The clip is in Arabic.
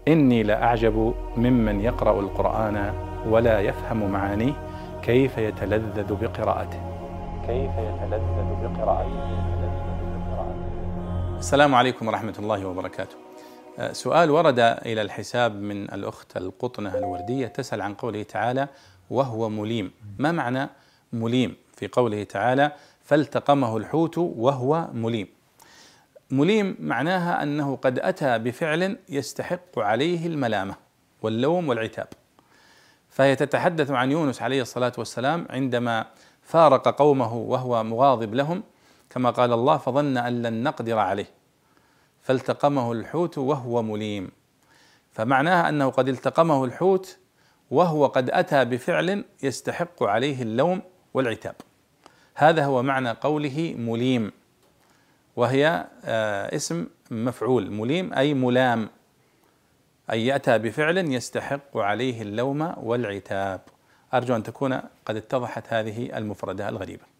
إني لأعجب ممن يقرأ القرآن ولا يفهم معانيه كيف يتلذذ بقراءته. السلام عليكم ورحمة الله وبركاته. سؤال ورد إلى الحساب من الأخت القطنة الوردية، تسأل عن قوله تعالى وهو مليم. ما معنى مليم في قوله تعالى فالتقمه الحوت وهو مليم؟ مليم معناها أنه قد أتى بفعل يستحق عليه الملامة واللوم والعتاب، فهي تتحدث عن يونس عليه الصلاة والسلام عندما فارق قومه وهو مغاضب لهم، كما قال الله فظن أن لن نقدر عليه فالتقمه الحوت وهو مليم، فمعناها أنه قد التقمه الحوت وهو قد أتى بفعل يستحق عليه اللوم والعتاب. هذا هو معنى قوله مليم، وهي اسم مفعول. مليم أي ملام، أي يأتى بفعل يستحق عليه اللوم والعتاب. أرجو أن تكون قد اتضحت هذه المفردة الغريبة.